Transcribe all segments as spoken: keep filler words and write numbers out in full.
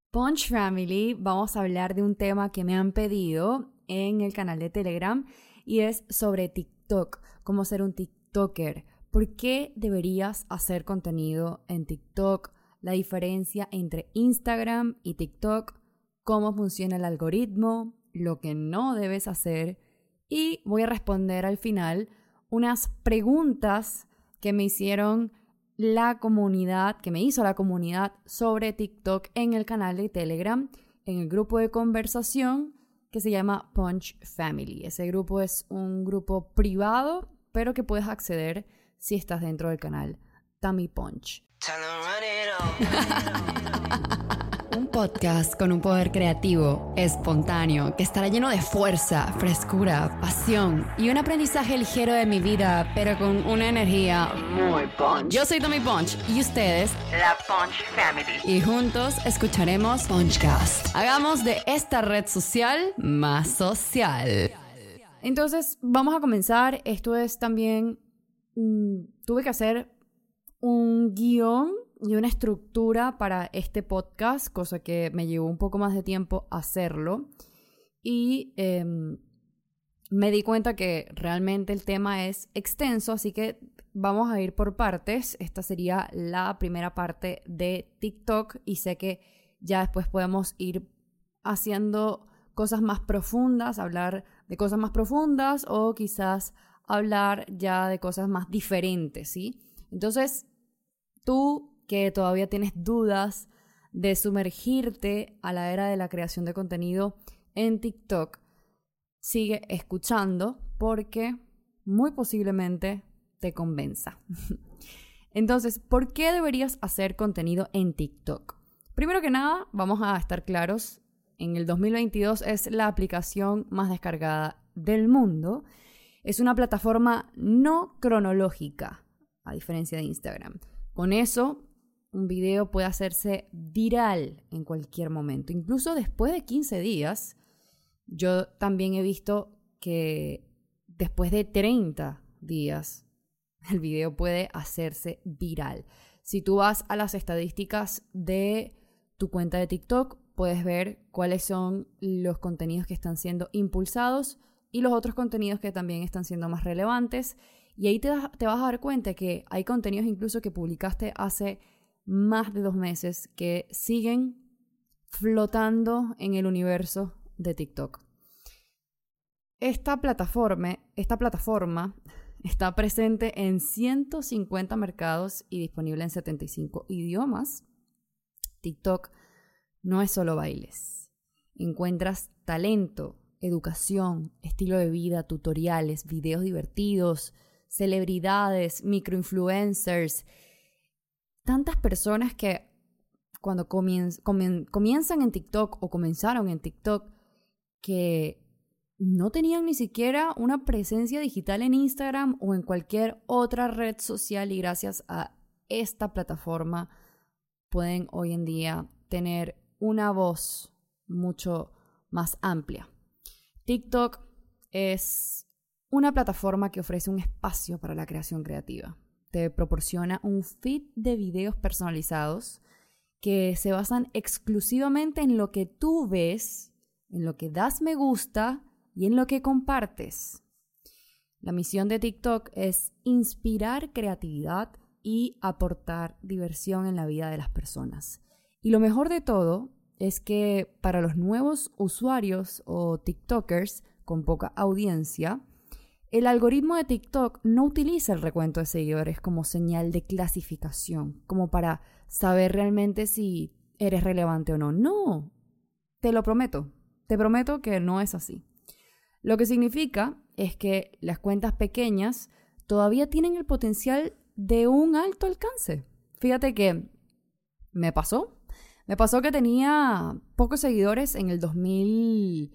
Punch Family, vamos a hablar de un tema que me han pedido en el canal de Telegram y es sobre TikTok, cómo ser un TikToker, por qué deberías hacer contenido en TikTok, la diferencia entre Instagram y TikTok, cómo funciona el algoritmo, lo que no debes hacer y voy a responder al final unas preguntas que me hicieron la comunidad, que me hizo la comunidad sobre TikTok en el canal de Telegram, en el grupo de conversación que se llama Punch Family. Ese grupo es un grupo privado, pero que puedes acceder si estás dentro del canal Tammy Punch. Un podcast con un poder creativo, espontáneo, que estará lleno de fuerza, frescura, pasión y un aprendizaje ligero de mi vida, pero con una energía muy punch. Yo soy Tammy Punch y ustedes, la Punch Family. Y juntos escucharemos Punchcast. Hagamos de esta red social más social. Entonces, vamos a comenzar. Esto es también... Mmm, tuve que hacer un guión y una estructura para este podcast, cosa que me llevó un poco más de tiempo hacerlo. Y eh, me di cuenta que realmente el tema es extenso, así que vamos a ir por partes. Esta sería la primera parte de TikTok y sé que ya después podemos ir haciendo cosas más profundas, hablar de cosas más profundas o quizás hablar ya de cosas más diferentes, ¿sí? Entonces, tú que todavía tienes dudas de sumergirte a la era de la creación de contenido en TikTok, sigue escuchando porque muy posiblemente te convenza. Entonces, ¿por qué deberías hacer contenido en TikTok? Primero que nada, vamos a estar claros, en el dos mil veintidós es la aplicación más descargada del mundo. Es una plataforma no cronológica, a diferencia de Instagram. Con eso, un video puede hacerse viral en cualquier momento. Incluso después de quince días, yo también he visto que después de treinta días, el video puede hacerse viral. Si tú vas a las estadísticas de tu cuenta de TikTok, puedes ver cuáles son los contenidos que están siendo impulsados y los otros contenidos que también están siendo más relevantes. Y ahí te, te vas a dar cuenta que hay contenidos incluso que publicaste hace más de dos meses que siguen flotando en el universo de TikTok. Esta plataforma, esta plataforma está presente en ciento cincuenta mercados y disponible en setenta y cinco idiomas. TikTok no es solo bailes. Encuentras talento, educación, estilo de vida, tutoriales, videos divertidos, celebridades, microinfluencers, tantas personas que cuando comien- comien- comienzan en TikTok o comenzaron en TikTok que no tenían ni siquiera una presencia digital en Instagram o en cualquier otra red social y gracias a esta plataforma pueden hoy en día tener una voz mucho más amplia. TikTok es una plataforma que ofrece un espacio para la creación creativa. Te proporciona un feed de videos personalizados que se basan exclusivamente en lo que tú ves, en lo que das me gusta y en lo que compartes. La misión de TikTok es inspirar creatividad y aportar diversión en la vida de las personas. Y lo mejor de todo es que para los nuevos usuarios o TikTokers con poca audiencia, el algoritmo de TikTok no utiliza el recuento de seguidores como señal de clasificación, como para saber realmente si eres relevante o no. No, te lo prometo, te prometo que no es así. Lo que significa es que las cuentas pequeñas todavía tienen el potencial de un alto alcance. Fíjate que me pasó, me pasó que tenía pocos seguidores en el dos mil,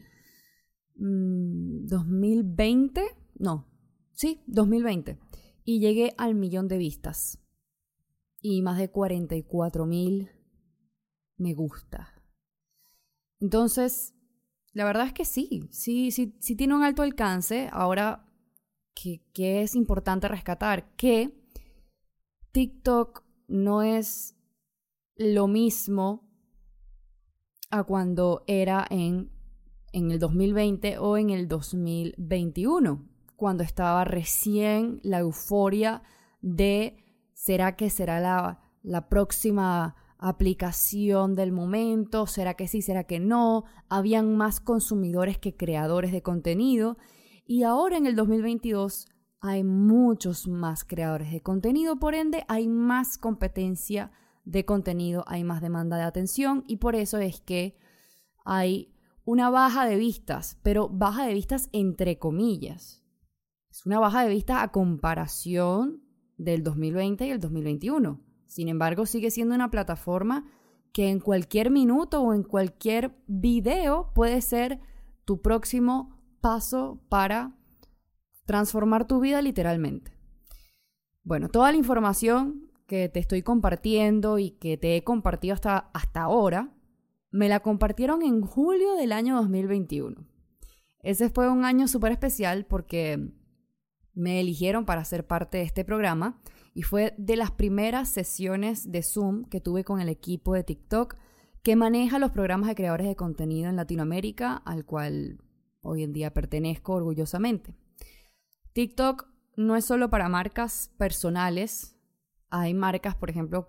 mmm, dos mil veinte, no, sí, dos mil veinte, y llegué al millón de vistas y más de cuarenta y cuatro mil me gusta. Entonces, la verdad es que sí, sí, sí, sí tiene un alto alcance. Ahora, que, que es importante rescatar que TikTok no es lo mismo a cuando era en, en el dos mil veinte o en el dos mil veintiuno, cuando estaba recién la euforia de ¿será que será la, la próxima aplicación del momento? ¿Será que sí? ¿Será que no? Habían más consumidores que creadores de contenido. Y ahora en el dos mil veintidós hay muchos más creadores de contenido, por ende hay más competencia de contenido, hay más demanda de atención y por eso es que hay una baja de vistas, pero baja de vistas entre comillas. Es una baja de vistas a comparación del dos mil veinte y el dos mil veintiuno. Sin embargo, sigue siendo una plataforma que en cualquier minuto o en cualquier video puede ser tu próximo paso para transformar tu vida literalmente. Bueno, toda la información que te estoy compartiendo y que te he compartido hasta, hasta ahora, me la compartieron en julio del año dos mil veintiuno. Ese fue un año súper especial porque me eligieron para ser parte de este programa y fue de las primeras sesiones de Zoom que tuve con el equipo de TikTok que maneja los programas de creadores de contenido en Latinoamérica, al cual hoy en día pertenezco orgullosamente. TikTok no es solo para marcas personales. Hay marcas, por ejemplo,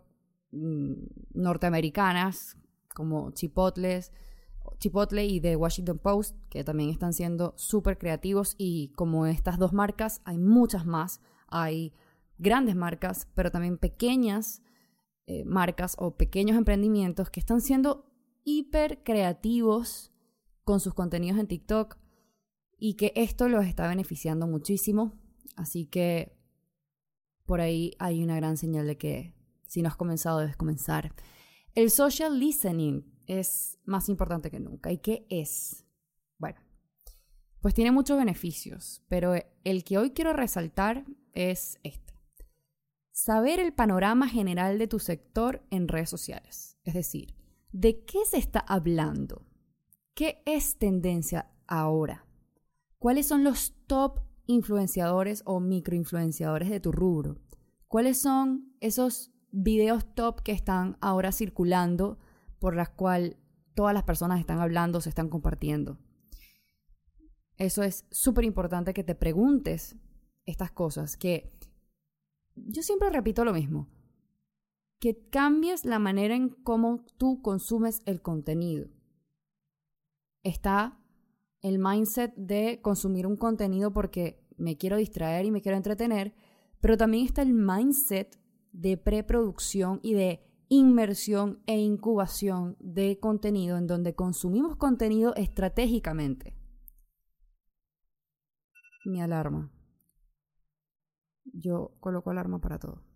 norteamericanas como Chipotle, Chipotle y The Washington Post, que también están siendo súper creativos. Y como estas dos marcas, hay muchas más. Hay grandes marcas, pero también pequeñas eh, marcas o pequeños emprendimientos que están siendo hiper creativos con sus contenidos en TikTok y que esto los está beneficiando muchísimo. Así que por ahí hay una gran señal de que si no has comenzado, debes comenzar. El social listening es más importante que nunca. ¿Y qué es? Bueno, pues tiene muchos beneficios, pero el que hoy quiero resaltar es este. Saber el panorama general de tu sector en redes sociales. Es decir, ¿de qué se está hablando? ¿Qué es tendencia ahora? ¿Cuáles son los top influenciadores o microinfluenciadores de tu rubro? ¿Cuáles son esos videos top que están ahora circulando por las cuales todas las personas están hablando, se están compartiendo? Eso es súper importante que te preguntes estas cosas, que yo siempre repito lo mismo, que cambies la manera en cómo tú consumes el contenido. Está el mindset de consumir un contenido porque me quiero distraer y me quiero entretener, pero también está el mindset de preproducción y de inmersión e incubación de contenido en donde consumimos contenido estratégicamente. Mi alarma. Yo coloco alarma para todo.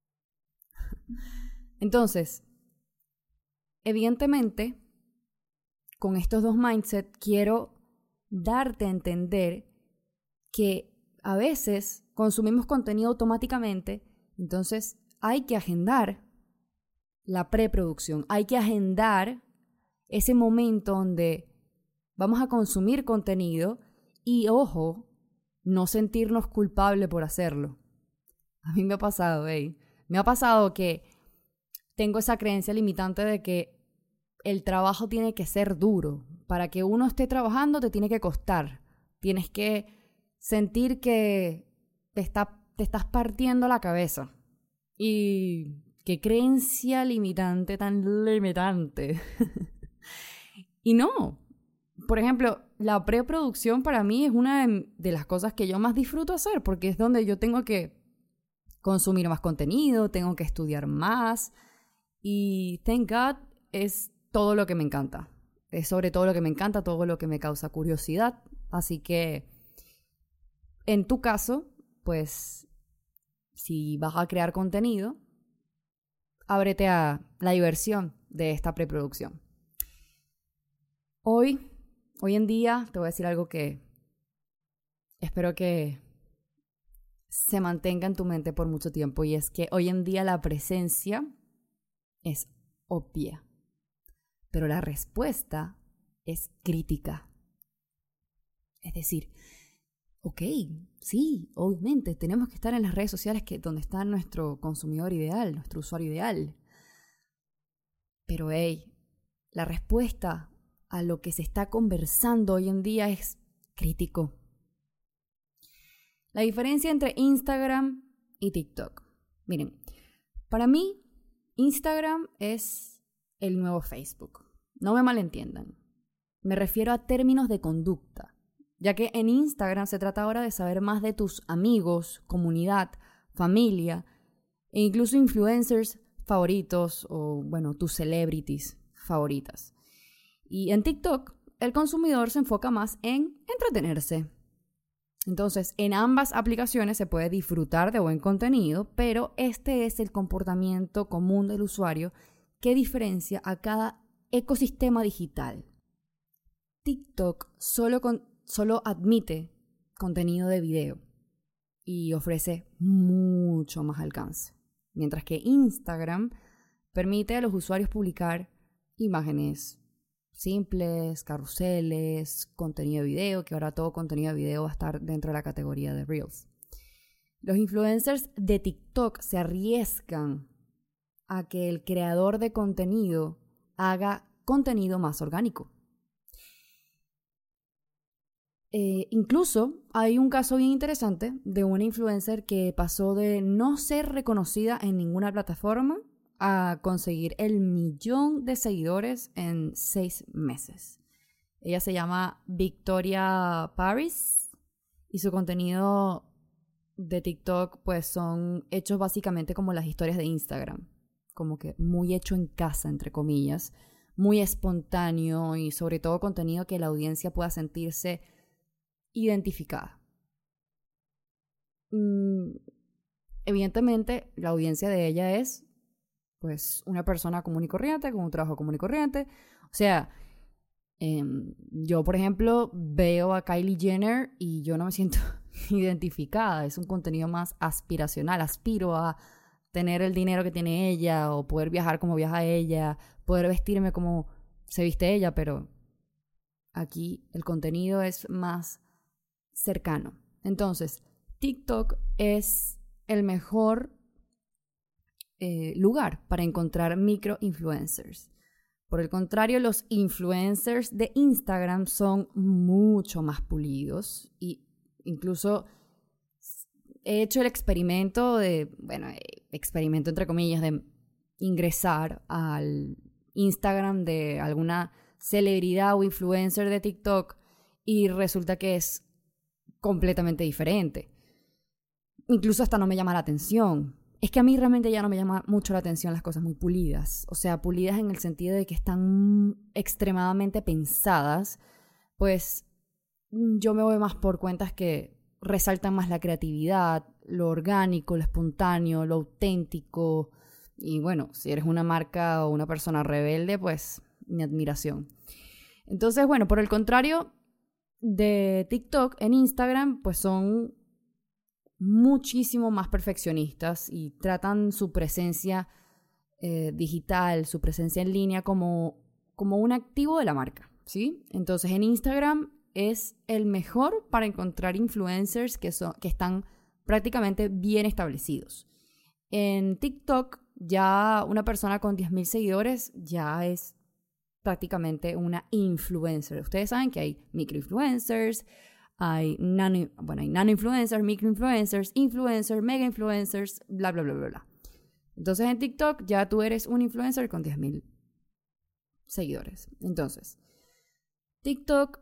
Entonces, evidentemente, con estos dos mindsets quiero darte a entender que a veces consumimos contenido automáticamente, entonces hay que agendar la preproducción, hay que agendar ese momento donde vamos a consumir contenido y, ojo, no sentirnos culpables por hacerlo. A mí me ha pasado, ¿eh? Me ha pasado que tengo esa creencia limitante de que el trabajo tiene que ser duro. Para que uno esté trabajando te tiene que costar. Tienes que sentir que te, está, te estás partiendo la cabeza. Y qué creencia limitante, tan limitante. Y no. Por ejemplo, la preproducción para mí es una de, de las cosas que yo más disfruto hacer, porque es donde yo tengo que consumir más contenido, tengo que estudiar más. Y thank God es todo lo que me encanta. Es sobre todo lo que me encanta, todo lo que me causa curiosidad. Así que, en tu caso, pues, si vas a crear contenido, ábrete a la diversión de esta preproducción. Hoy, hoy en día, te voy a decir algo que espero que se mantenga en tu mente por mucho tiempo, y es que hoy en día la presencia es obvia, pero la respuesta es crítica. Es decir, ok, sí, obviamente tenemos que estar en las redes sociales que, donde está nuestro consumidor ideal, nuestro usuario ideal. Pero hey, la respuesta a lo que se está conversando hoy en día es crítico. La diferencia entre Instagram y TikTok. Miren, para mí, Instagram es el nuevo Facebook. No me malentiendan. Me refiero a términos de conducta, ya que en Instagram se trata ahora de saber más de tus amigos, comunidad, familia e incluso influencers favoritos o, bueno, tus celebrities favoritas. Y en TikTok, el consumidor se enfoca más en entretenerse. Entonces, en ambas aplicaciones se puede disfrutar de buen contenido, pero este es el comportamiento común del usuario que diferencia a cada ecosistema digital. TikTok solo, con, solo admite contenido de video y ofrece mucho más alcance, mientras que Instagram permite a los usuarios publicar imágenes simples, carruseles, contenido de video, que ahora todo contenido de video va a estar dentro de la categoría de Reels. Los influencers de TikTok se arriesgan a que el creador de contenido haga contenido más orgánico. Eh, incluso hay un caso bien interesante de una influencer que pasó de no ser reconocida en ninguna plataforma a conseguir el millón de seguidores en seis meses. Ella se llama Victoria Paris y su contenido de TikTok pues son hechos básicamente como las historias de Instagram, como que muy hecho en casa, entre comillas, muy espontáneo y sobre todo contenido que la audiencia pueda sentirse identificada. Mm, evidentemente la audiencia de ella es pues una persona común y corriente, con un trabajo común y corriente. O sea, eh, yo, por ejemplo, veo a Kylie Jenner y yo no me siento identificada. Es un contenido más aspiracional. Aspiro a tener el dinero que tiene ella o poder viajar como viaja ella, poder vestirme como se viste ella, pero aquí el contenido es más cercano. Entonces, TikTok es el mejor Eh, lugar para encontrar micro-influencers. Por el contrario, los influencers de Instagram son mucho más pulidos y incluso he hecho el experimento de, bueno, experimento entre comillas, de ingresar al Instagram de alguna celebridad o influencer de TikTok y resulta que es completamente diferente. Incluso hasta no me llama la atención. Es que a mí realmente ya no me llama mucho la atención las cosas muy pulidas. O sea, pulidas en el sentido de que están extremadamente pensadas. Pues yo me voy más por cuentas que resaltan más la creatividad, lo orgánico, lo espontáneo, lo auténtico. Y bueno, si eres una marca o una persona rebelde, pues mi admiración. Entonces, bueno, por el contrario de TikTok, en Instagram, pues son muchísimo más perfeccionistas y tratan su presencia eh, digital, su presencia en línea como, como un activo de la marca, ¿sí? Entonces en Instagram es el mejor para encontrar influencers que, son, que están prácticamente bien establecidos. En TikTok ya una persona con diez mil seguidores ya es prácticamente una influencer. Ustedes saben que hay microinfluencers, Hay nano, bueno, hay nano-influencers, micro-influencers, influencers, mega-influencers, bla, bla, bla, bla, bla. Entonces en TikTok ya tú eres un influencer con diez mil seguidores. Entonces, TikTok,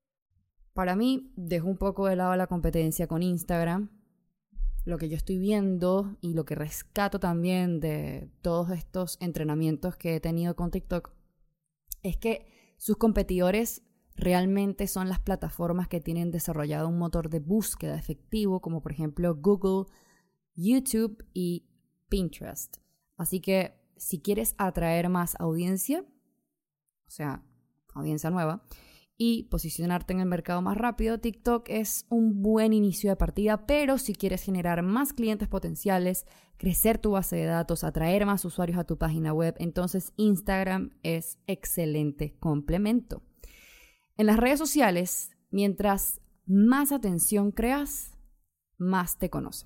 para mí, dejó un poco de lado la competencia con Instagram. Lo que yo estoy viendo y lo que rescato también de todos estos entrenamientos que he tenido con TikTok es que sus competidores realmente son las plataformas que tienen desarrollado un motor de búsqueda efectivo, como por ejemplo Google, YouTube y Pinterest. Así que si quieres atraer más audiencia, o sea, audiencia nueva, y posicionarte en el mercado más rápido, TikTok es un buen inicio de partida, pero si quieres generar más clientes potenciales, crecer tu base de datos, atraer más usuarios a tu página web, entonces Instagram es excelente complemento. En las redes sociales, mientras más atención creas, más te conocen.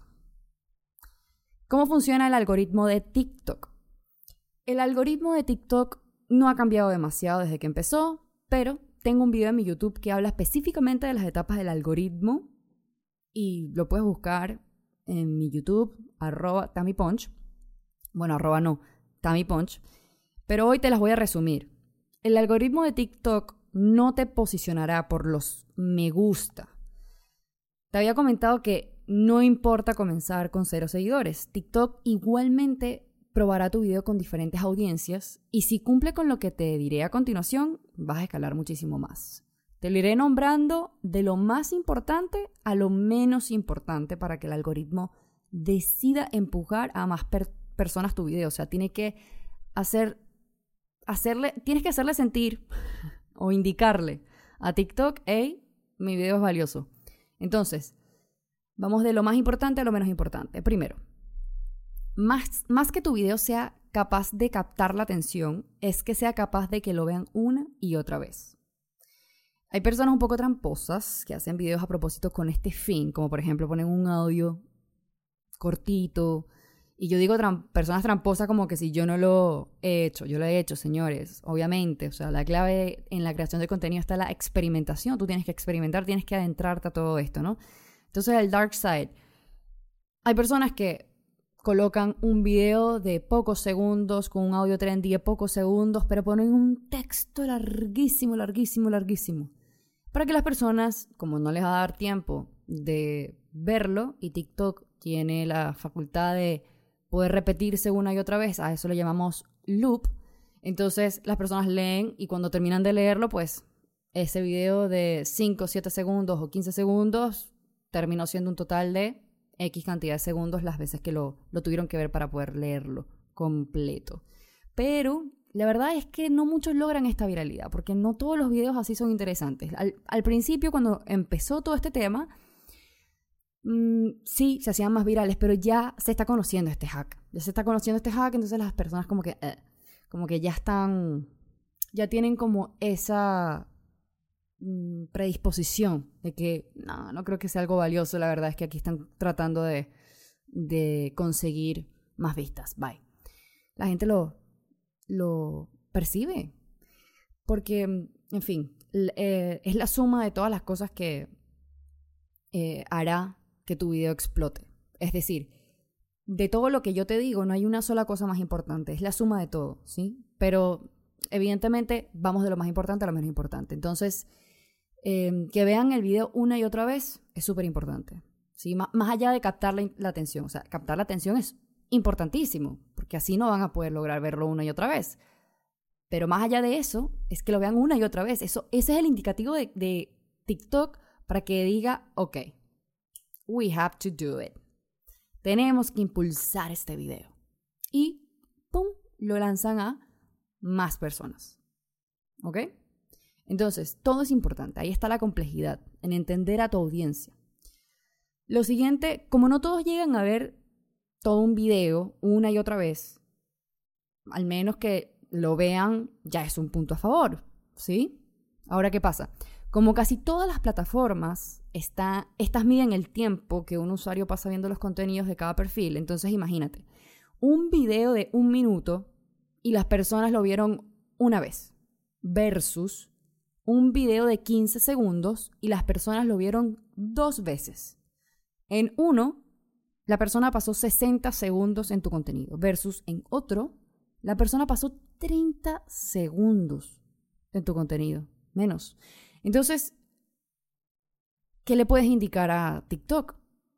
¿Cómo funciona el algoritmo de TikTok? El algoritmo de TikTok no ha cambiado demasiado desde que empezó, pero tengo un video en mi YouTube que habla específicamente de las etapas del algoritmo y lo puedes buscar en mi YouTube, arroba TammyPunch. Bueno, arroba no, TammyPunch. Pero hoy te las voy a resumir. El algoritmo de TikTok no te posicionará por los me gusta. Te había comentado que no importa comenzar con cero seguidores. TikTok igualmente probará tu video con diferentes audiencias y si cumple con lo que te diré a continuación, vas a escalar muchísimo más. Te lo iré nombrando de lo más importante a lo menos importante para que el algoritmo decida empujar a más per- personas tu video. O sea, tiene que hacer, hacerle, tienes que hacerle sentir o indicarle a TikTok, hey, mi video es valioso. Entonces, vamos de lo más importante a lo menos importante. Primero, Más, más que tu video sea capaz de captar la atención, es que sea capaz de que lo vean una y otra vez. Hay personas un poco tramposas que hacen videos a propósito con este fin, como por ejemplo ponen un audio cortito. Y yo digo tram- personas tramposas como que si yo no lo he hecho. Yo lo he hecho, señores, obviamente. O sea, la clave en la creación de contenido está la experimentación. Tú tienes que experimentar, tienes que adentrarte a todo esto, ¿no? Entonces, el dark side. Hay personas que colocan un video de pocos segundos con un audio trendy de pocos segundos, pero ponen un texto larguísimo, larguísimo, larguísimo. Para que las personas, como no les va a dar tiempo de verlo, y TikTok tiene la facultad de poder repetirse una y otra vez, a eso le llamamos loop, entonces las personas leen y cuando terminan de leerlo, pues ese video de cinco, siete segundos o quince segundos terminó siendo un total de X cantidad de segundos las veces que lo, lo tuvieron que ver para poder leerlo completo. Pero la verdad es que no muchos logran esta viralidad, porque no todos los videos así son interesantes. Al, al principio, cuando empezó todo este tema, mmm, sí, se hacían más virales, pero ya se está conociendo este hack. Ya se está conociendo este hack, entonces las personas como que, eh, como que ya están, ya tienen como esa predisposición de que no, no creo que sea algo valioso, la verdad es que aquí están tratando de, de conseguir más vistas, bye. La gente lo, lo percibe porque, en fin, eh, es la suma de todas las cosas que eh, hará que tu video explote. Es decir, de todo lo que yo te digo no hay una sola cosa más importante, es la suma de todo, ¿sí? Pero evidentemente vamos de lo más importante a lo menos importante. Entonces, Eh, que vean el video una y otra vez es súper importante, ¿sí? M- más allá de captar la, la atención, o sea, captar la atención es importantísimo, porque así no van a poder lograr verlo una y otra vez. Pero más allá de eso, es que lo vean una y otra vez. Eso, ese es el indicativo de, de TikTok para que diga, ok, we have to do it. Tenemos que impulsar este video. Y, ¡pum!, lo lanzan a más personas. ¿Ok? Entonces, todo es importante. Ahí está la complejidad, en entender a tu audiencia. Lo siguiente, como no todos llegan a ver todo un video una y otra vez, al menos que lo vean, ya es un punto a favor, ¿sí? Ahora, ¿qué pasa? Como casi todas las plataformas, está, estas miden el tiempo que un usuario pasa viendo los contenidos de cada perfil. Entonces, imagínate, un video de un minuto y las personas lo vieron una vez, versus un video de quince segundos y las personas lo vieron dos veces. En uno, la persona pasó sesenta segundos en tu contenido, versus en otro, la persona pasó treinta segundos en tu contenido, menos. Entonces, ¿qué le puedes indicar a TikTok?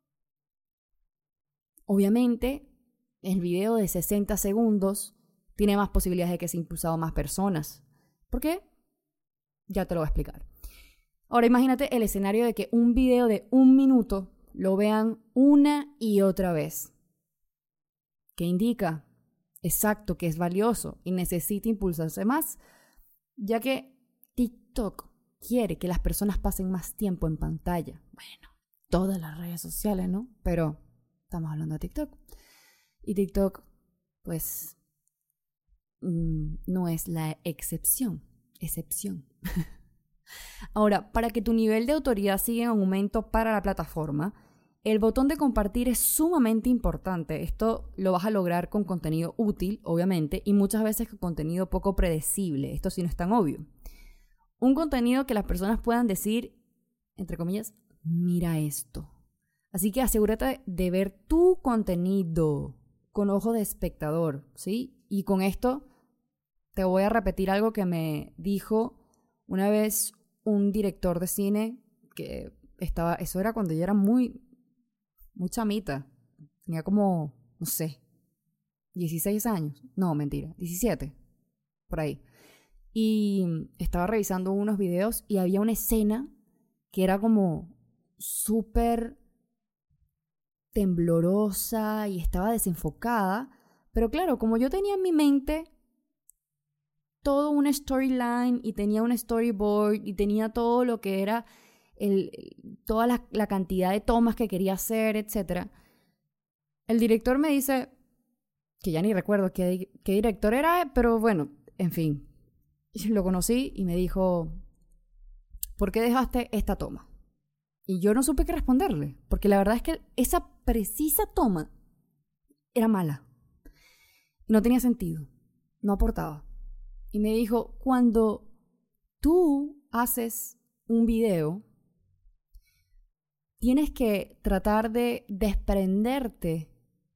Obviamente, el video de sesenta segundos tiene más posibilidades de que sea impulsado a más personas. ¿Por qué? Ya te lo voy a explicar. Ahora imagínate el escenario de que un video de un minuto lo vean una y otra vez. ¿Qué indica? Exacto, que es valioso y necesita impulsarse más, ya que TikTok quiere que las personas pasen más tiempo en pantalla. Bueno, todas las redes sociales, ¿no? Pero estamos hablando de TikTok. Y TikTok, pues, mmm, no es la excepción. Excepción. Ahora, para que tu nivel de autoridad siga en aumento para la plataforma, el botón de compartir es sumamente importante. Esto lo vas a lograr con contenido útil, obviamente, y muchas veces con contenido poco predecible. Esto sí no es tan obvio. Un contenido que las personas puedan decir, entre comillas, mira esto. Así que asegúrate de ver tu contenido con ojo de espectador, ¿sí? Y con esto te voy a repetir algo que me dijo una vez un director de cine que estaba, eso era cuando yo era muy, muy chamita. Tenía como, no sé, dieciséis años. No, mentira, diecisiete, por ahí. Y estaba revisando unos videos y había una escena que era como súper temblorosa y estaba desenfocada. Pero claro, como yo tenía en mi mente todo un storyline y tenía un storyboard y tenía todo lo que era el, toda la, la cantidad de tomas que quería hacer, etcétera. El director me dice, que ya ni recuerdo qué, qué director era, pero bueno, en fin, lo conocí y me dijo, ¿por qué dejaste esta toma? Y yo no supe qué responderle, porque la verdad es que esa precisa toma era mala. No tenía sentido, no aportaba. Y me dijo, cuando tú haces un video, tienes que tratar de desprenderte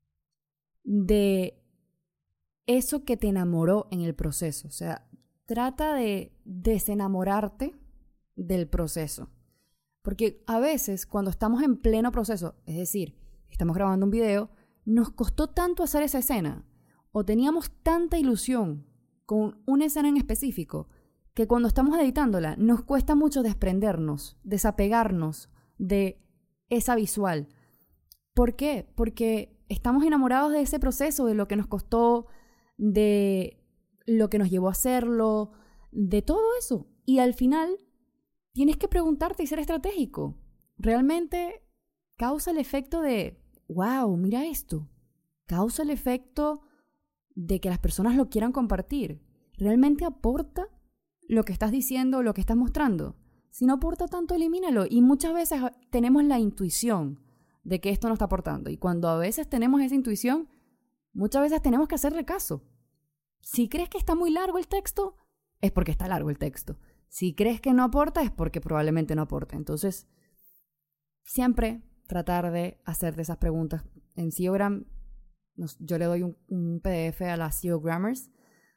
de eso que te enamoró en el proceso. O sea, trata de desenamorarte del proceso. Porque a veces cuando estamos en pleno proceso, es decir, estamos grabando un video, nos costó tanto hacer esa escena o teníamos tanta ilusión con una escena en específico que cuando estamos editándola nos cuesta mucho desprendernos, desapegarnos de esa visual. ¿Por qué? Porque estamos enamorados de ese proceso, de lo que nos costó, de lo que nos llevó a hacerlo, de todo eso. Y al final tienes que preguntarte y ser estratégico. ¿Realmente causa el efecto de, wow, mira esto? ¿Causa el efecto de que las personas lo quieran compartir? ¿Realmente aporta lo que estás diciendo, lo que estás mostrando? Si no aporta tanto, elimínalo. Y muchas veces tenemos la intuición de que esto no está aportando. Y cuando a veces tenemos esa intuición, muchas veces tenemos que hacerle caso. Si crees que está muy largo el texto, es porque está largo el texto. Si crees que no aporta, es porque probablemente no aporta. Entonces, siempre tratar de hacerte esas preguntas. En SEOgram, yo le doy un, un P D F a las S E O Grammars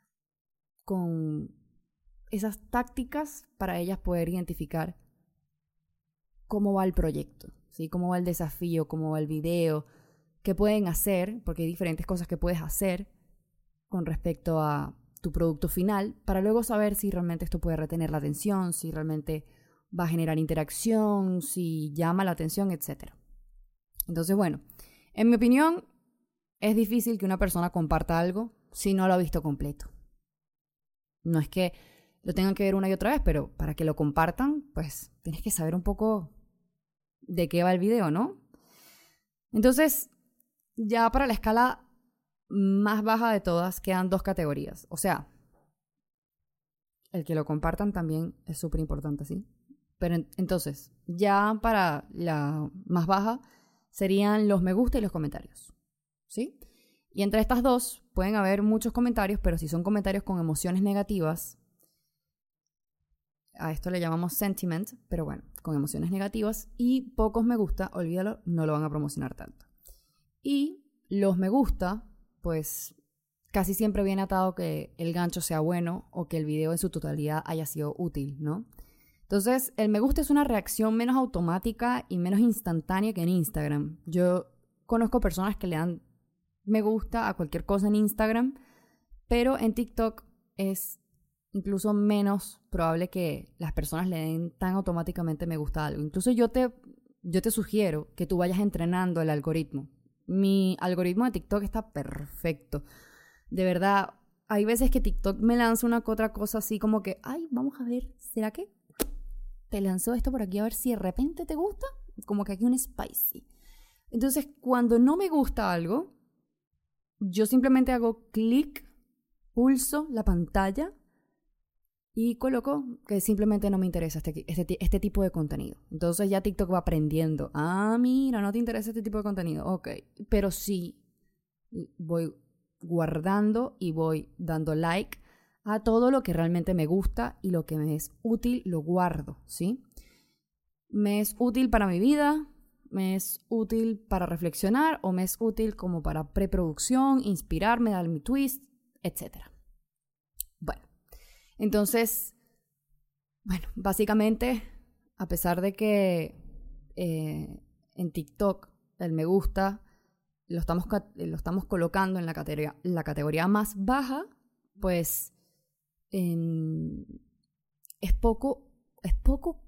con esas tácticas para ellas poder identificar cómo va el proyecto, ¿sí? Cómo va el desafío, cómo va el video, qué pueden hacer, porque hay diferentes cosas que puedes hacer con respecto a tu producto final, para luego saber si realmente esto puede retener la atención, si realmente va a generar interacción, si llama la atención, etcétera. Entonces, bueno, en mi opinión, es difícil que una persona comparta algo si no lo ha visto completo. No es que lo tengan que ver una y otra vez, pero para que lo compartan, pues tienes que saber un poco de qué va el video, ¿no? Entonces, ya para la escala más baja de todas quedan dos categorías. O sea, el que lo compartan también es súper importante, ¿sí? Pero en, entonces, ya para la más baja serían los me gusta y los comentarios, ¿sí? Y entre estas dos pueden haber muchos comentarios, pero si son comentarios con emociones negativas, a esto le llamamos sentiment, pero bueno, con emociones negativas, y pocos me gusta, olvídalo, no lo van a promocionar tanto. Y los me gusta, pues casi siempre viene atado que el gancho sea bueno o que el video en su totalidad haya sido útil, ¿no? Entonces, el me gusta es una reacción menos automática y menos instantánea que en Instagram. Yo conozco personas que le dan me gusta a cualquier cosa en Instagram, pero en TikTok es incluso menos probable que las personas le den tan automáticamente me gusta a algo. Incluso yo te, yo te sugiero que tú vayas entrenando el algoritmo. Mi algoritmo de TikTok está perfecto. De verdad, hay veces que TikTok me lanza una que otra cosa así como que, ay, vamos a ver, ¿será que te lanzó esto por aquí a ver si de repente te gusta? Como que aquí un spicy. Entonces, cuando no me gusta algo, yo simplemente hago clic, pulso la pantalla y coloco que simplemente no me interesa este, este, este tipo de contenido. Entonces ya TikTok va aprendiendo. Ah, mira, no te interesa este tipo de contenido. Ok, pero sí voy guardando y voy dando like a todo lo que realmente me gusta y lo que me es útil lo guardo, ¿sí? Me es útil para mi vida, me es útil para reflexionar o me es útil como para preproducción, inspirarme, dar mi twist, etcétera. Bueno, entonces, bueno, básicamente, a pesar de que eh, en TikTok el me gusta lo estamos, lo estamos colocando en la categoría, la categoría más baja, pues eh, es poco, es poco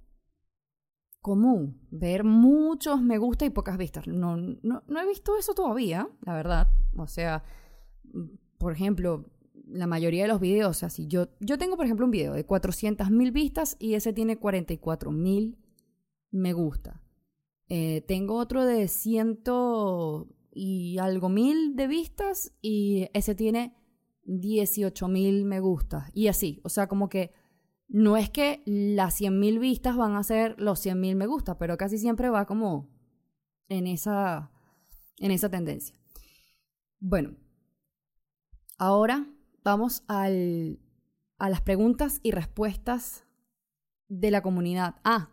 común ver muchos me gusta y pocas vistas. No, no, no he visto eso todavía, la verdad. O sea, por ejemplo, la mayoría de los videos, o sea, si yo, yo tengo, por ejemplo, un video de cuatrocientas mil vistas y ese tiene cuarenta y cuatro mil me gusta. Eh, tengo otro de ciento y algo mil de vistas y ese tiene dieciocho mil me gusta. Y así, o sea, como que no es que las cien mil vistas van a ser los cien mil me gusta, pero casi siempre va como en esa, en esa tendencia. Bueno, ahora vamos al, a las preguntas y respuestas de la comunidad. Ah,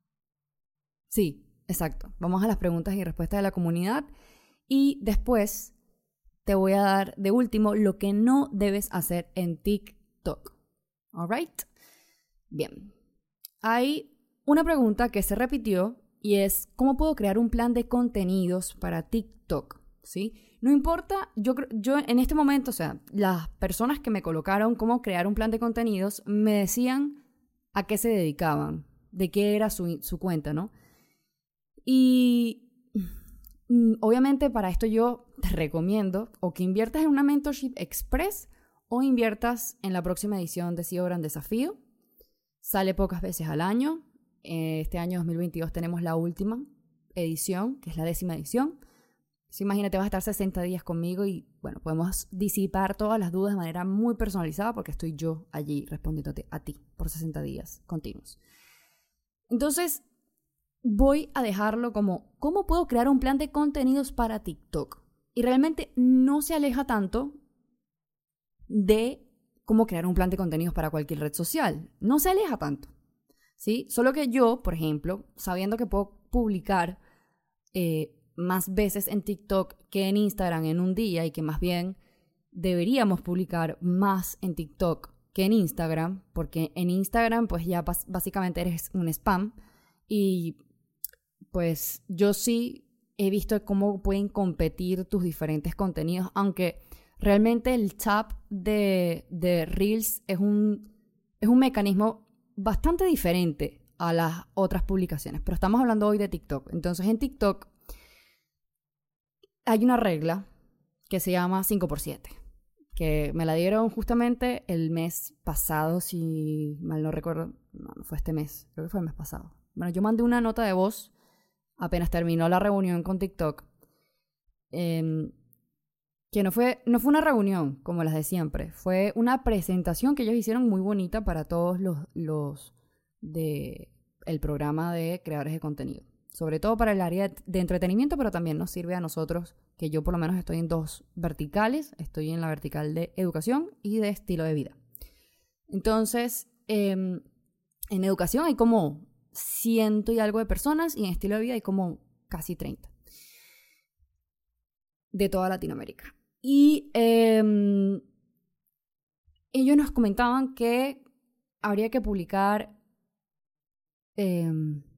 sí, exacto. Vamos a las preguntas y respuestas de la comunidad y después te voy a dar de último lo que no debes hacer en TikTok. All right? Bien. Hay una pregunta que se repitió y es ¿cómo puedo crear un plan de contenidos para TikTok? ¿Sí? No importa, yo, yo en este momento, o sea, las personas que me colocaron cómo crear un plan de contenidos me decían a qué se dedicaban, de qué era su, su cuenta, ¿no? Y obviamente para esto yo te recomiendo o que inviertas en una mentorship express o inviertas en la próxima edición de C E O Gran Desafío. Sale pocas veces al año. Este año dos mil veintidós tenemos la última edición, que es la décima edición. So, imagínate, vas a estar sesenta días conmigo y, bueno, podemos disipar todas las dudas de manera muy personalizada porque estoy yo allí respondiéndote a ti por sesenta días continuos. Entonces, voy a dejarlo como, ¿cómo puedo crear un plan de contenidos para TikTok? Y realmente no se aleja tanto de cómo crear un plan de contenidos para cualquier red social. No se aleja tanto, ¿sí? Solo que yo, por ejemplo, sabiendo que puedo publicar eh, más veces en TikTok que en Instagram en un día y que más bien deberíamos publicar más en TikTok que en Instagram, porque en Instagram pues ya bas- básicamente eres un spam y pues yo sí he visto cómo pueden competir tus diferentes contenidos, aunque realmente el tab de, de Reels es un, es un mecanismo bastante diferente a las otras publicaciones. Pero estamos hablando hoy de TikTok. Entonces, en TikTok hay una regla que se llama cinco por siete, que me la dieron justamente el mes pasado, si mal no recuerdo. No, no fue este mes, creo que fue el mes pasado. Bueno, yo mandé una nota de voz apenas terminó la reunión con TikTok. Eh, que no fue, no fue una reunión como las de siempre, fue una presentación que ellos hicieron muy bonita para todos los, los de el programa de creadores de contenido. Sobre todo para el área de entretenimiento, pero también nos sirve a nosotros, que yo por lo menos estoy en dos verticales. Estoy en la vertical de educación y de estilo de vida. Entonces, eh, en educación hay como ciento y algo de personas y en estilo de vida hay como casi treinta. De toda Latinoamérica. Y eh, ellos nos comentaban que habría que publicar eh,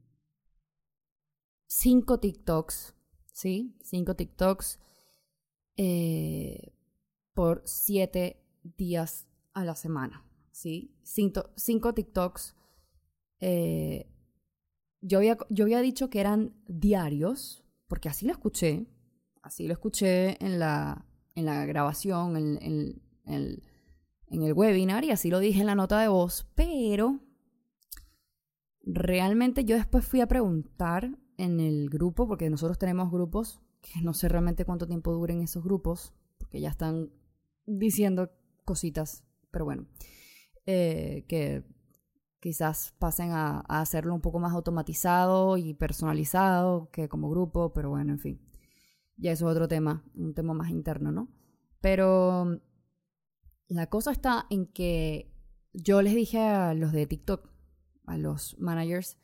cinco TikToks, ¿sí? Cinco TikToks eh, por siete días a la semana, ¿sí? Cinco, cinco TikToks. Eh, yo, había, yo había dicho que eran diarios, porque así lo escuché. Así lo escuché en la, en la grabación, en, en, en, en el webinar, y así lo dije en la nota de voz, pero realmente yo después fui a preguntar en el grupo, porque nosotros tenemos grupos, que no sé realmente cuánto tiempo duren esos grupos, porque ya están diciendo cositas, pero bueno. eh, que quizás pasen a, a hacerlo un poco más automatizado y personalizado que como grupo, pero bueno, en fin. Ya eso es otro tema, un tema más interno, ¿no? Pero la cosa está en que yo les dije a los de TikTok, a los managers,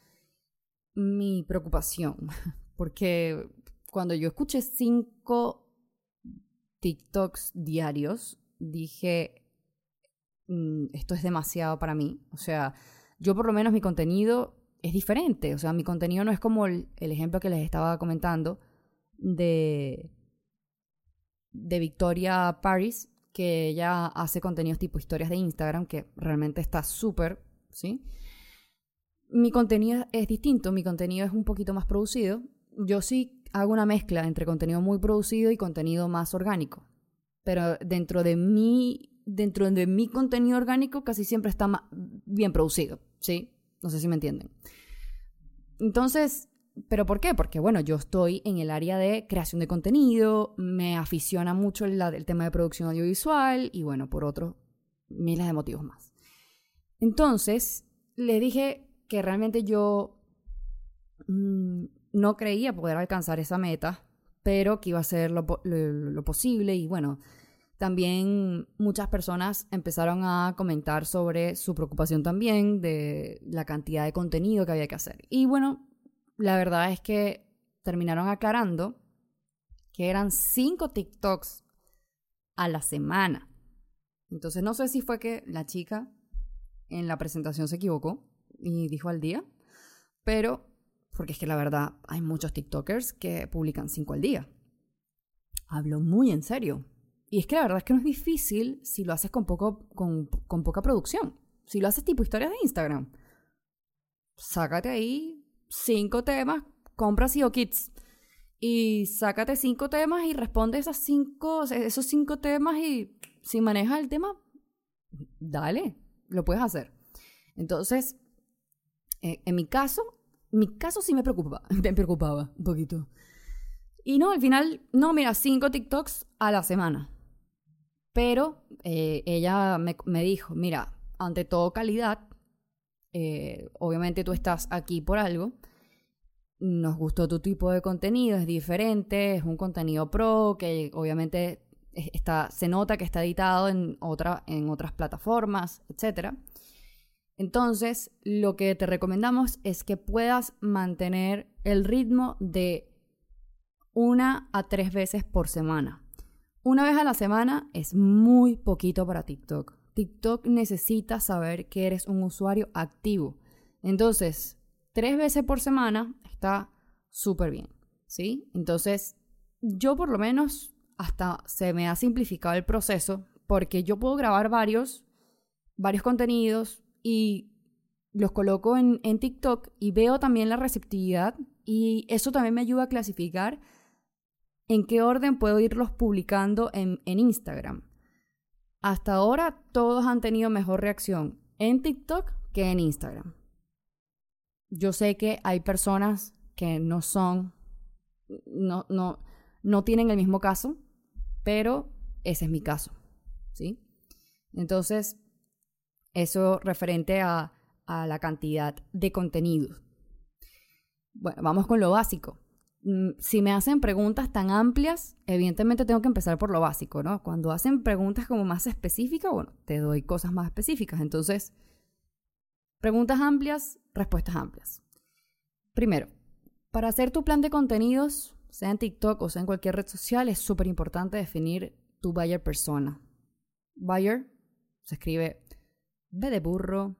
mi preocupación. Porque cuando yo escuché cinco TikToks diarios, dije, mm, esto es demasiado para mí. O sea, yo por lo menos mi contenido es diferente. O sea, mi contenido no es como el, el ejemplo que les estaba comentando de, de Victoria Paris, que ella hace contenidos tipo historias de Instagram, que realmente está súper, ¿sí? Mi contenido es distinto, mi contenido es un poquito más producido. Yo sí hago una mezcla entre contenido muy producido y contenido más orgánico. Pero dentro de mi, dentro de mi contenido orgánico casi siempre está más bien producido, ¿sí? No sé si me entienden. Entonces, ¿pero por qué? Porque, bueno, yo estoy en el área de creación de contenido, me aficiona mucho el, el tema de producción audiovisual y, bueno, por otros miles de motivos más. Entonces, les dije que realmente yo mmm, no creía poder alcanzar esa meta, pero que iba a hacer lo, lo, lo posible y, bueno, también muchas personas empezaron a comentar sobre su preocupación también de la cantidad de contenido que había que hacer. Y, bueno, la verdad es que terminaron aclarando que eran cinco TikToks a la semana. Entonces no sé si fue que la chica en la presentación se equivocó y dijo al día, pero porque es que la verdad hay muchos TikTokers que publican cinco al día. Hablo muy en serio. Y es que la verdad es que no es difícil si lo haces con, poco, con, con poca producción. Si lo haces tipo historias de Instagram, sácate ahí cinco temas, compra S E O Kits y sácate cinco temas y responde esas cinco, esos cinco temas y si manejas el tema, dale, lo puedes hacer. Entonces, eh, en mi caso, mi caso sí me preocupaba, me preocupaba un poquito. Y no, al final, no, mira, cinco TikToks a la semana. Pero eh, ella me, me dijo, mira, ante todo calidad, eh, obviamente tú estás aquí por algo, nos gustó tu tipo de contenido, es diferente, es un contenido pro, que obviamente está, se nota que está editado en, otra, en otras plataformas, etcétera. Entonces, lo que te recomendamos es que puedas mantener el ritmo de una a tres veces por semana. Una vez a la semana es muy poquito para TikTok. TikTok necesita saber que eres un usuario activo. Entonces, tres veces por semana está súper bien, ¿sí? Entonces, yo por lo menos hasta se me ha simplificado el proceso porque yo puedo grabar varios, varios contenidos y los coloco en, en TikTok y veo también la receptividad y eso también me ayuda a clasificar en qué orden puedo irlos publicando en, en Instagram. Hasta ahora todos han tenido mejor reacción en TikTok que en Instagram. Yo sé que hay personas que no son, no, no, no tienen el mismo caso, pero ese es mi caso, ¿sí? Entonces, eso referente a, a la cantidad de contenido. Bueno, vamos con lo básico. Si me hacen preguntas tan amplias, evidentemente tengo que empezar por lo básico, ¿no? Cuando hacen preguntas como más específicas, bueno, te doy cosas más específicas. Entonces, preguntas amplias, respuestas amplias. Primero, para hacer tu plan de contenidos, sea en TikTok o sea en cualquier red social, es súper importante definir tu buyer persona. Buyer se escribe B de burro,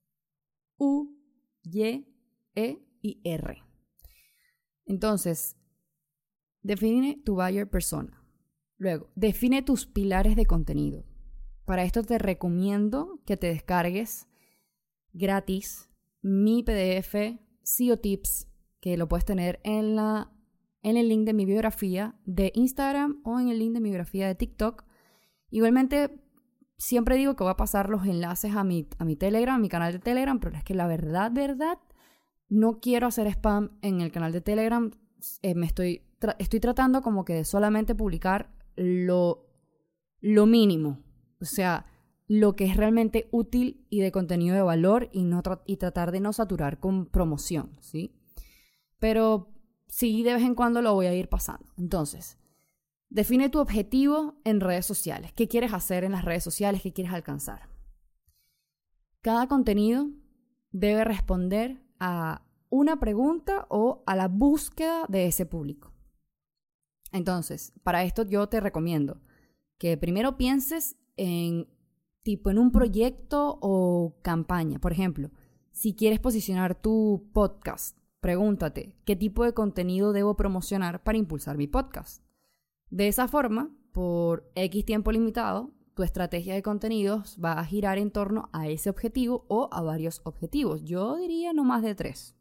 U, Y, E y R. Entonces, define tu buyer persona. Luego, define tus pilares de contenido. Para esto te recomiendo que te descargues gratis mi P D F S E O Tips, que lo puedes tener en, la, en el link de mi biografía de Instagram o en el link de mi biografía de TikTok. Igualmente, siempre digo que voy a pasar los enlaces a mi, a mi Telegram, a mi canal de Telegram, pero es que la verdad, verdad, no quiero hacer spam en el canal de Telegram. Eh, me estoy, tra- estoy tratando como que de solamente publicar lo, lo mínimo. O sea, lo que es realmente útil y de contenido de valor y, no tra- y tratar de no saturar con promoción, ¿sí? Pero sí, de vez en cuando lo voy a ir pasando. Entonces, define tu objetivo en redes sociales. ¿Qué quieres hacer en las redes sociales? ¿Qué quieres alcanzar? Cada contenido debe responder a una pregunta o a la búsqueda de ese público. Entonces, para esto yo te recomiendo que primero pienses en tipo en un proyecto o campaña. Por ejemplo, si quieres posicionar tu podcast, pregúntate, ¿qué tipo de contenido debo promocionar para impulsar mi podcast? De esa forma, por X tiempo limitado, tu estrategia de contenidos va a girar en torno a ese objetivo o a varios objetivos. Yo diría no más de tres.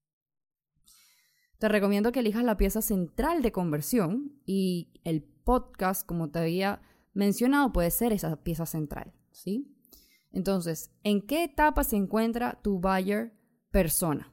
Te recomiendo que elijas la pieza central de conversión y el podcast, como te había mencionado, puede ser esa pieza central, ¿sí? Entonces, ¿en qué etapa se encuentra tu buyer persona?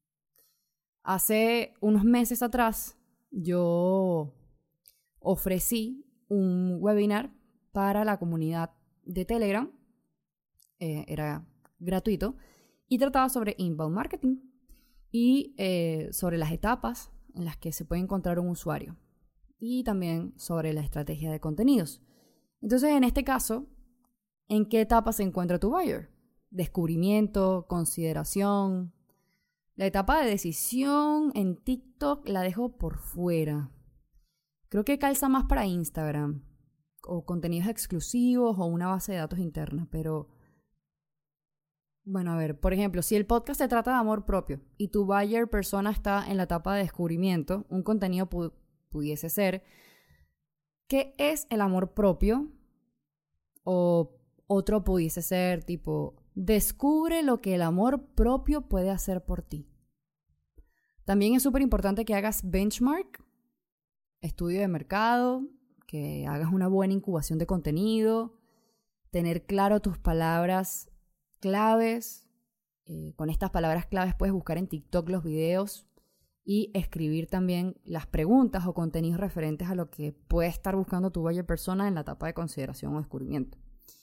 Hace unos meses atrás, yo ofrecí un webinar para la comunidad de Telegram. Eh, era gratuito y trataba sobre inbound marketing y eh, sobre las etapas en las que se puede encontrar un usuario y también sobre la estrategia de contenidos. Entonces, en este caso, ¿en qué etapa se encuentra tu buyer? Descubrimiento, consideración. La etapa de decisión en TikTok la dejo por fuera. Creo que calza más para Instagram o contenidos exclusivos o una base de datos interna, pero bueno, a ver, por ejemplo, si el podcast se trata de amor propio y tu buyer persona está en la etapa de descubrimiento, un contenido pu- pudiese ser ¿qué es el amor propio? O otro pudiese ser tipo descubre lo que el amor propio puede hacer por ti. También es súper importante que hagas benchmark, estudio de mercado, que hagas una buena incubación de contenido, tener claro tus palabras claves. Eh, con estas palabras claves puedes buscar en TikTok los videos y escribir también las preguntas o contenidos referentes a lo que puede estar buscando tu buyer persona en la etapa de consideración o descubrimiento.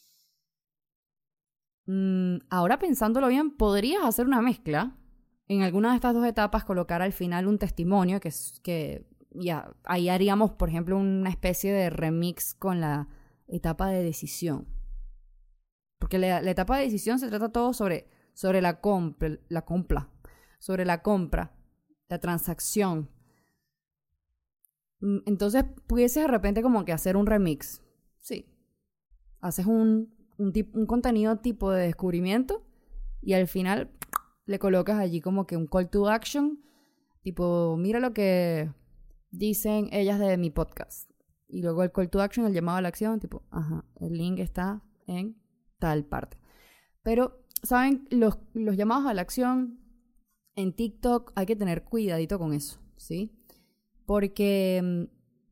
Mm, ahora pensándolo bien, podrías hacer una mezcla. En alguna de estas dos etapas colocar al final un testimonio que, es, que ya, ahí haríamos, por ejemplo, una especie de remix con la etapa de decisión. Porque la, la etapa de decisión se trata todo sobre, sobre la compra, la compra, sobre la compra, la transacción. Entonces, pudiese de repente como que hacer un remix. Sí. Haces un, un, tip, un contenido tipo de descubrimiento y al final le colocas allí como que un call to action, tipo, mira lo que dicen ellas de mi podcast. Y luego el call to action, el llamado a la acción, tipo, ajá, el link está en tal parte. Pero, ¿saben? Los, los llamados a la acción en TikTok hay que tener cuidadito con eso, ¿sí? Porque um,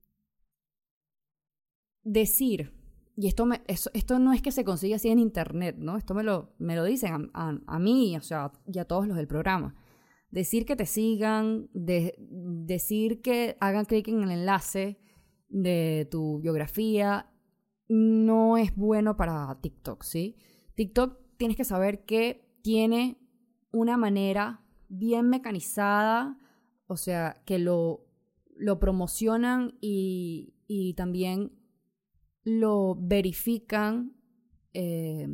decir, y esto, me, eso, esto no es que se consigue así en internet, ¿no? Esto me lo, me lo dicen a, a, a mí, o sea, y a todos los del programa. Decir que te sigan, de, decir que hagan clic en el enlace de tu biografía, no es bueno para TikTok, ¿sí? TikTok tienes que saber que tiene una manera bien mecanizada, o sea, que lo, lo promocionan y, y también lo verifican eh,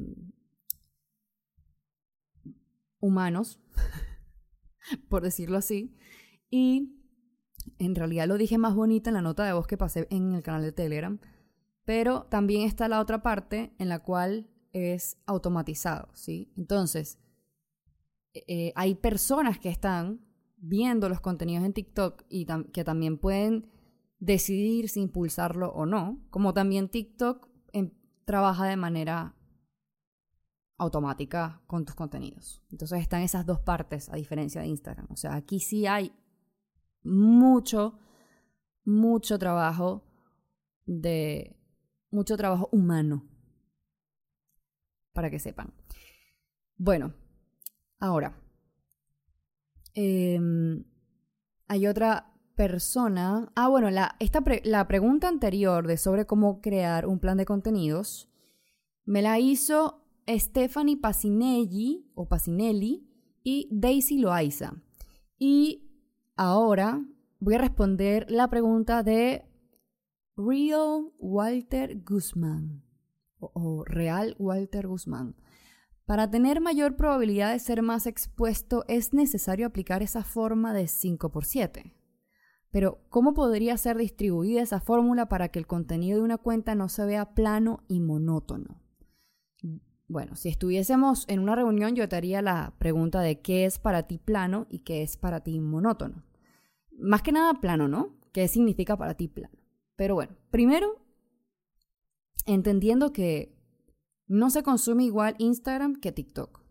humanos, por decirlo así, y en realidad lo dije más bonito en la nota de voz que pasé en el canal de Telegram, pero también está la otra parte en la cual es automatizado, ¿sí? Entonces, eh, hay personas que están viendo los contenidos en TikTok y tam- que también pueden decidir si impulsarlo o no, como también TikTok en, trabaja de manera automática con tus contenidos. Entonces están esas dos partes a diferencia de Instagram. O sea, aquí sí hay mucho, mucho trabajo de, mucho trabajo humano, para que sepan. Bueno, ahora, eh, hay otra persona. Ah, bueno, la, esta pre, la pregunta anterior de sobre cómo crear un plan de contenidos Me la hizo Stephanie Pacinelli o Pacinelli y Daisy Loaiza. Y ahora voy a responder la pregunta de Real Walter Guzmán o, o Real Walter Guzmán. Para tener mayor probabilidad de ser más expuesto es necesario aplicar esa forma de cinco por siete. Pero, ¿cómo podría ser distribuida esa fórmula para que el contenido de una cuenta no se vea plano y monótono? Bueno, si estuviésemos en una reunión, yo te haría la pregunta de qué es para ti plano y qué es para ti monótono. Más que nada plano, ¿no? ¿Qué significa para ti plano? Pero bueno, primero, entendiendo que no se consume igual Instagram que TikTok.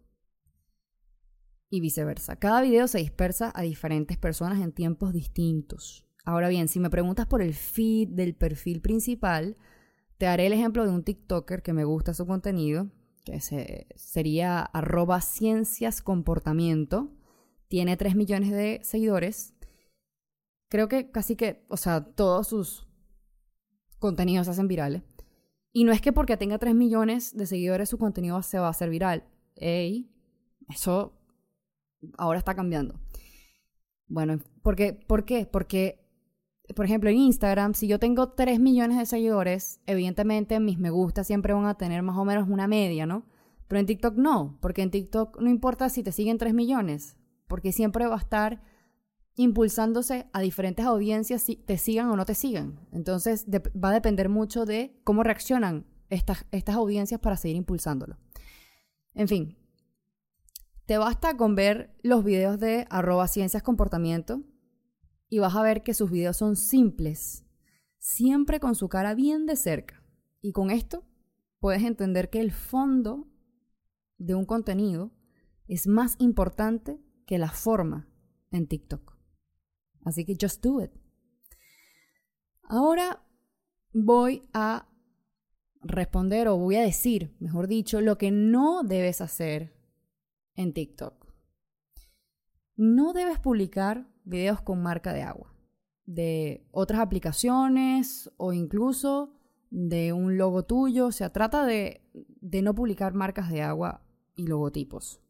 Y viceversa. Cada video se dispersa a diferentes personas en tiempos distintos. Ahora bien, si me preguntas por el feed del perfil principal, te haré el ejemplo de un TikToker que me gusta su contenido, que se, sería arroba ciencias comportamiento. Tiene tres millones de seguidores. Creo que casi que, o sea, todos sus contenidos se hacen virales. Y no es que porque tenga tres millones de seguidores su contenido se va a hacer viral. Ey, eso ahora está cambiando. Bueno, ¿por qué? ¿Por qué? Porque, por ejemplo, en Instagram, si yo tengo tres millones de seguidores, evidentemente mis me gusta siempre van a tener más o menos una media, ¿no? Pero en TikTok no, porque en TikTok no importa si te siguen tres millones, porque siempre va a estar impulsándose a diferentes audiencias si te sigan o no te sigan. Entonces de, va a depender mucho de cómo reaccionan estas, estas audiencias para seguir impulsándolo. En fin, te basta con ver los videos de arroba ciencias comportamiento y vas a ver que sus videos son simples, siempre con su cara bien de cerca. Y con esto puedes entender que el fondo de un contenido es más importante que la forma en TikTok. Así que just do it. Ahora voy a responder o voy a decir, mejor dicho, lo que no debes hacer en TikTok. No debes publicar videos con marca de agua, de otras aplicaciones o incluso de un logo tuyo. O sea, trata de, de no publicar marcas de agua y logotipos.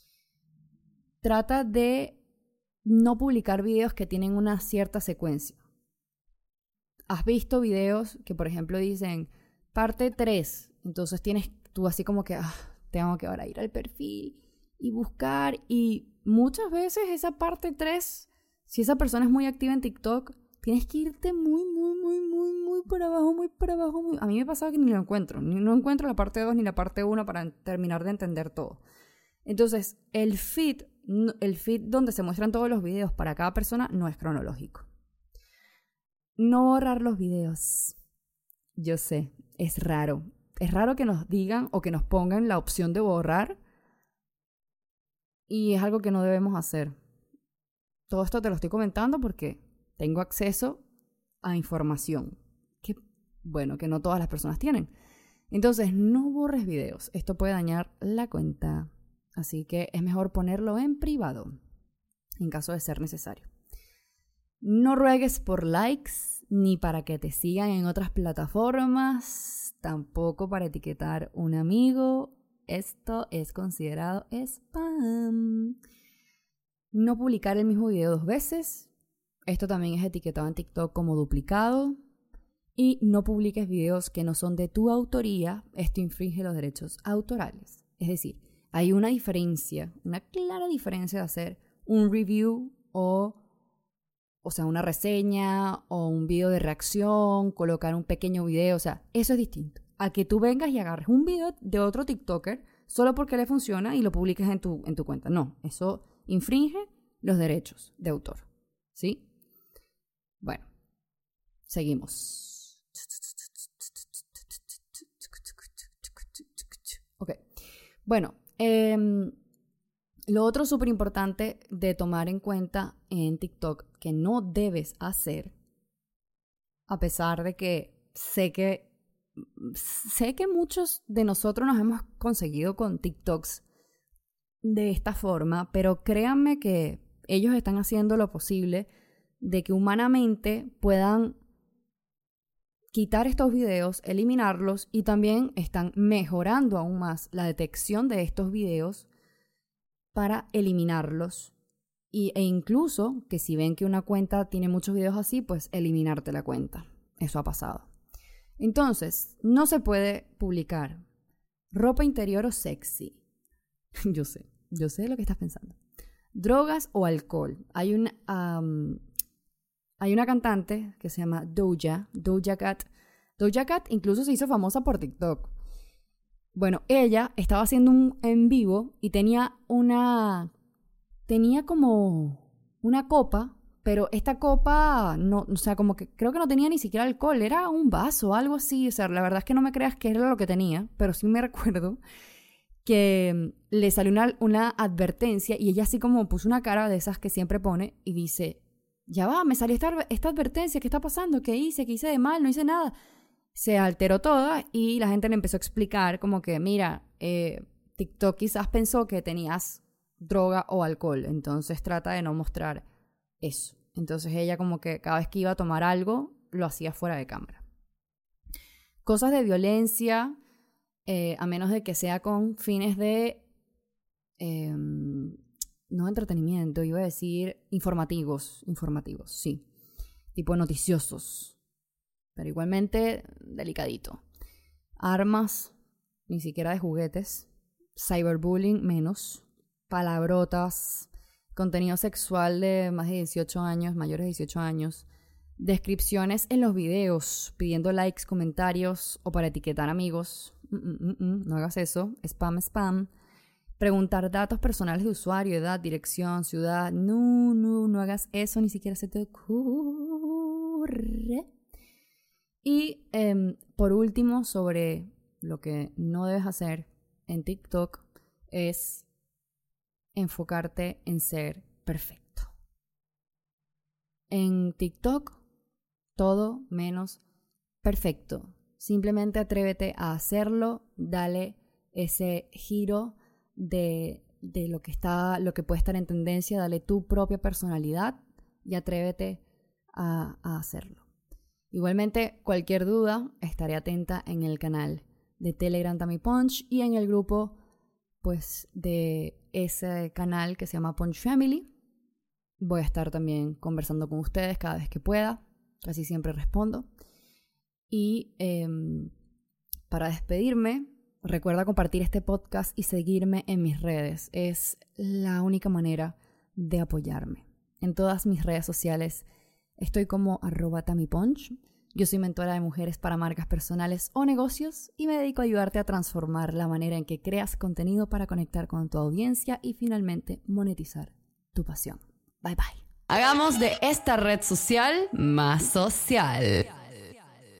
Trata de no publicar videos que tienen una cierta secuencia. ¿Has visto videos que, por ejemplo, dicen parte tres? Entonces tienes tú así como que, ah, tengo que ahora ir al perfil y buscar. Y muchas veces esa parte tres, si esa persona es muy activa en TikTok, tienes que irte muy, muy, muy, muy, muy para abajo, muy para abajo. Muy... A mí me pasaba que ni lo encuentro. Ni no encuentro la parte dos ni la parte uno para terminar de entender todo. Entonces, el feed, el feed donde se muestran todos los videos para cada persona no es cronológico. No borrar los videos. Yo sé, es raro. Es raro que nos digan o que nos pongan la opción de borrar. Y es algo que no debemos hacer. Todo esto te lo estoy comentando porque tengo acceso a información que, bueno, que no todas las personas tienen. Entonces, no borres videos. Esto puede dañar la cuenta. Así que es mejor ponerlo en privado, en caso de ser necesario. No ruegues por likes, ni para que te sigan en otras plataformas, tampoco para etiquetar un amigo. Esto es considerado spam. No publicar el mismo video dos veces. Esto también es etiquetado en TikTok como duplicado. Y no publiques videos que no son de tu autoría. Esto infringe los derechos autorales. Es decir, hay una diferencia, una clara diferencia de hacer un review o, o sea, una reseña o un video de reacción, colocar un pequeño video. O sea, eso es distinto a que tú vengas y agarres un video de otro TikToker solo porque le funciona y lo publiques en tu, en tu cuenta. No, eso infringe los derechos de autor. ¿Sí? Bueno, seguimos. Ok. Bueno, eh, lo otro súper importante de tomar en cuenta en TikTok que no debes hacer, a pesar de que sé que sé que muchos de nosotros nos hemos conseguido con TikToks de esta forma, pero créanme que ellos están haciendo lo posible de que humanamente puedan quitar estos videos, eliminarlos, y también están mejorando aún más la detección de estos videos para eliminarlos. Y, e incluso que si ven que una cuenta tiene muchos videos así, pues eliminarte la cuenta. Eso ha pasado. Entonces, no se puede publicar ropa interior o sexy. Yo sé, yo sé lo que estás pensando. Drogas o alcohol. Hay una, um, hay una cantante que se llama Doja, Doja Cat. Doja Cat incluso se hizo famosa por TikTok. Bueno, ella estaba haciendo un en vivo y tenía una... Tenía como una copa, pero esta copa, no, o sea, como que creo que no tenía ni siquiera alcohol, era un vaso, algo así. O sea, la verdad es que no me creas que era lo que tenía, pero sí me recuerdo que le salió una, una advertencia y ella así como puso una cara de esas que siempre pone y dice, ya va, me salió esta, esta advertencia, ¿qué está pasando? ¿Qué hice? ¿Qué hice de mal? No hice nada. Se alteró toda y la gente le empezó a explicar como que, mira, eh, TikTok quizás pensó que tenías droga o alcohol, entonces trata de no mostrar eso. Entonces ella como que cada vez que iba a tomar algo, lo hacía fuera de cámara. Cosas de violencia, eh, a menos de que sea con fines de, eh, no entretenimiento, iba a decir informativos, informativos, sí, tipo noticiosos, pero igualmente delicadito. Armas, ni siquiera de juguetes, cyberbullying menos, palabrotas, contenido sexual de más de dieciocho años, mayores de dieciocho años, descripciones en los videos, pidiendo likes, comentarios o para etiquetar amigos. Mm, mm, mm, no hagas eso, spam, spam. Preguntar datos personales de usuario, edad, dirección, ciudad. No, no, no hagas eso, ni siquiera se te ocurre. Y eh, por último, sobre lo que no debes hacer en TikTok es enfocarte en ser perfecto. En TikTok, todo menos perfecto. Simplemente atrévete a hacerlo, dale ese giro de, de lo que está, lo que puede estar en tendencia, dale tu propia personalidad y atrévete a, a hacerlo. Igualmente, cualquier duda, estaré atenta en el canal de Telegram Tammy Punch y en el grupo pues de ese canal que se llama Punch Family. Voy a estar también conversando con ustedes cada vez que pueda, casi siempre respondo. Y eh, para despedirme, recuerda compartir este podcast y seguirme en mis redes. Es la única manera de apoyarme. En todas mis redes sociales estoy como arroba Tammy Punch. Yo soy mentora de mujeres para marcas personales o negocios y me dedico a ayudarte a transformar la manera en que creas contenido para conectar con tu audiencia y finalmente monetizar tu pasión. Bye bye. Hagamos de esta red social más social.